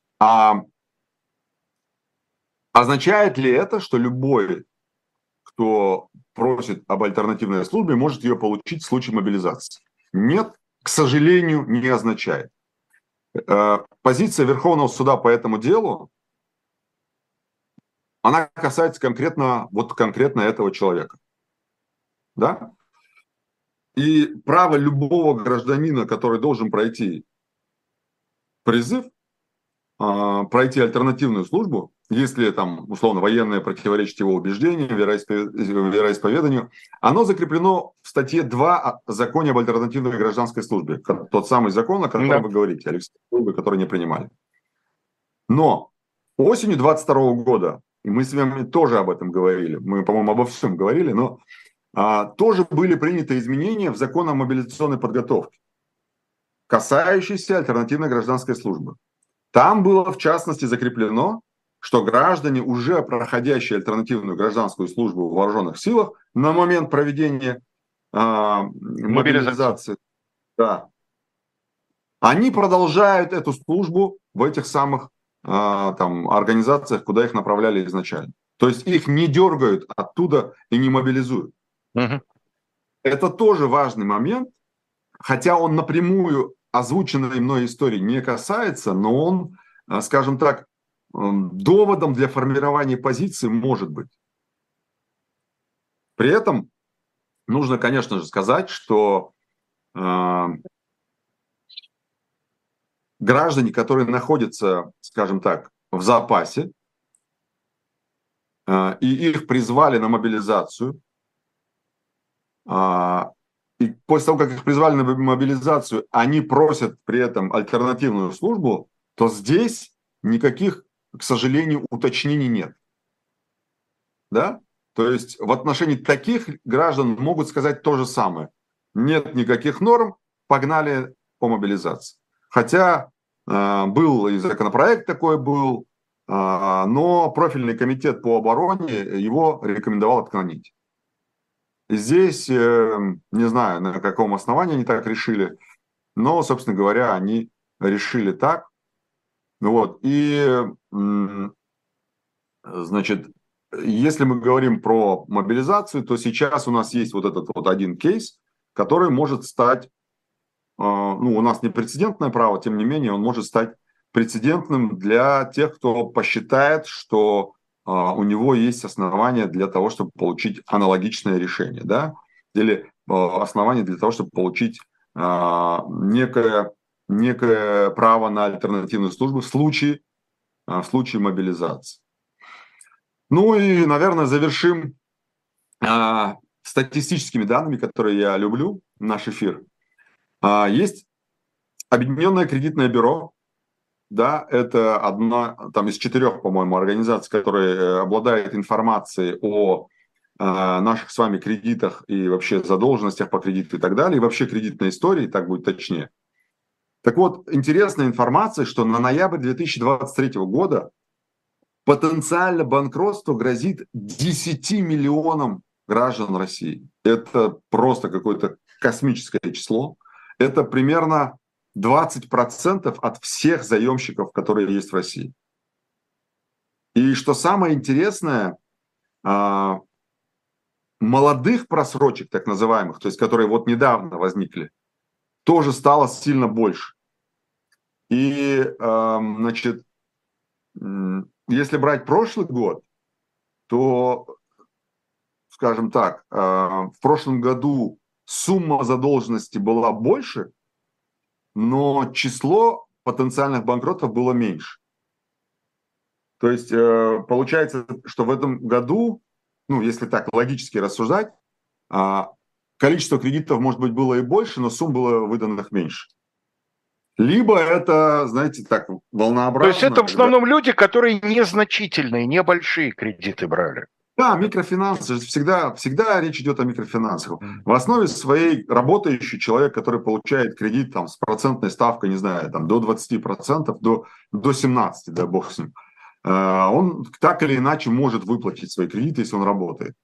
Означает ли это, что любой, кто просит об альтернативной службе, может ее получить в случае мобилизации? Нет, к сожалению, не означает. Позиция Верховного суда по этому делу, она касается конкретно этого человека. Да? И право любого гражданина, который должен пройти призыв, пройти альтернативную службу, если там, условно, военное противоречит его убеждениям, вероисповеданию, оно закреплено в статье 2 о законе об альтернативной гражданской службе. Тот самый закон, о котором вы говорите, Алексей, который не принимали. Но осенью 22 года, и мы с вами тоже об этом говорили, мы, по-моему, обо всем говорили, но тоже были приняты изменения в закон о мобилизационной подготовке, касающиеся альтернативной гражданской службы. Там было, в частности, закреплено, что граждане, уже проходящие альтернативную гражданскую службу в вооруженных силах на момент проведения мобилизации, да, они продолжают эту службу в этих самых там, организациях, куда их направляли изначально. То есть их не дергают оттуда и не мобилизуют. Угу. Это тоже важный момент, хотя он напрямую озвученной мной истории не касается, но он, скажем так, доводом для формирования позиции может быть. При этом нужно, конечно же, сказать, что граждане, которые находятся, скажем так, в запасе, и их призвали на мобилизацию, и после того, как их призвали на мобилизацию, они просят при этом альтернативную службу, то здесь никаких, к сожалению, уточнений нет. Да? То есть в отношении таких граждан могут сказать то же самое. Нет никаких норм, погнали по мобилизации. Хотя был и законопроект такой был, но профильный комитет по обороне его рекомендовал отклонить. И здесь, не знаю, на каком основании они так решили, но, собственно говоря, они решили так. Вот. И, значит, если мы говорим про мобилизацию, то сейчас у нас есть вот этот вот один кейс, который может стать, ну, у нас не прецедентное право, тем не менее, он может стать прецедентным для тех, кто посчитает, что у него есть основания для того, чтобы получить аналогичное решение, да, или основания для того, чтобы получить некое право на альтернативную службу в случае мобилизации. Ну и, наверное, завершим статистическими данными, которые я люблю, наш эфир. Есть Объединенное кредитное бюро, да, это одна там, из 4, по-моему, организаций, которые обладают информацией о наших с вами кредитах и вообще задолженностях по кредиту и так далее, и вообще кредитной истории, так будет точнее. Так вот, интересная информация, что на ноябрь 2023 года потенциально банкротство грозит 10 миллионам граждан России. Это просто какое-то космическое число. Это примерно 20% от всех заемщиков, которые есть в России. И что самое интересное, молодых просрочек, так называемых, то есть которые вот недавно возникли, тоже стало сильно больше. И, значит, если брать прошлый год, то, скажем так, в прошлом году сумма задолженности была больше, но число потенциальных банкротов было меньше. То есть получается, что в этом году, ну, если так логически рассуждать, количество кредитов, может быть, было и больше, но сумм было выданных меньше. Либо это, знаете, так, волнообразно. То есть это в основном люди, которые незначительные, небольшие кредиты брали. Да, микрофинансы. Всегда речь идет о микрофинансах. В основе своей работающий человек, который получает кредит там, с процентной ставкой, не знаю, там, до 20%, до 17%, да бог с ним, он так или иначе может выплатить свои кредиты, если он работает.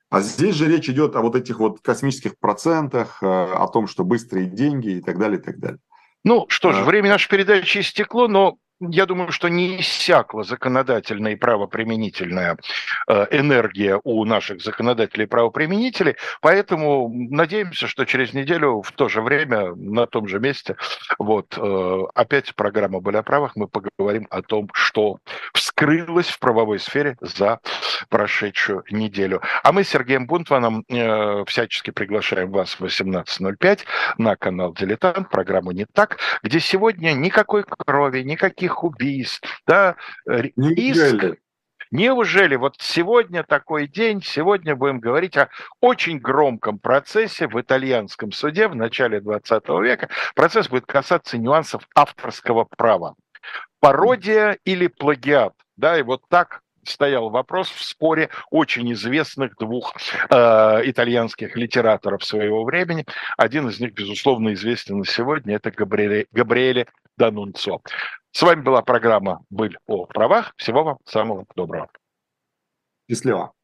А здесь же речь идет о вот этих вот космических процентах, о том, что быстрые деньги и так далее, и так далее. Ну что ж, время нашей передачи истекло, но я думаю, что не иссякла законодательная и правоприменительная энергия у наших законодателей и правоприменителей, поэтому надеемся, что через неделю в то же время на том же месте вот опять программа «Были о правах», мы поговорим о том, что вскрылось в правовой сфере за прошедшую неделю. А мы с Сергеем Бунтманом всячески приглашаем вас в 18:05 на канал «Дилетант», программу «Не так», где сегодня никакой крови, никаких убийств, да, иск. Неужели? Неужели вот сегодня такой день, сегодня будем говорить о очень громком процессе в итальянском суде в начале 20 века. Процесс будет касаться нюансов авторского права. Пародия или плагиат? Да, и вот так стоял вопрос в споре очень известных двух итальянских литераторов своего времени. Один из них, безусловно, известен на сегодня, это Габриэле Данунцо. С вами была программа «Быль о правах». Всего вам самого доброго. Счастливо.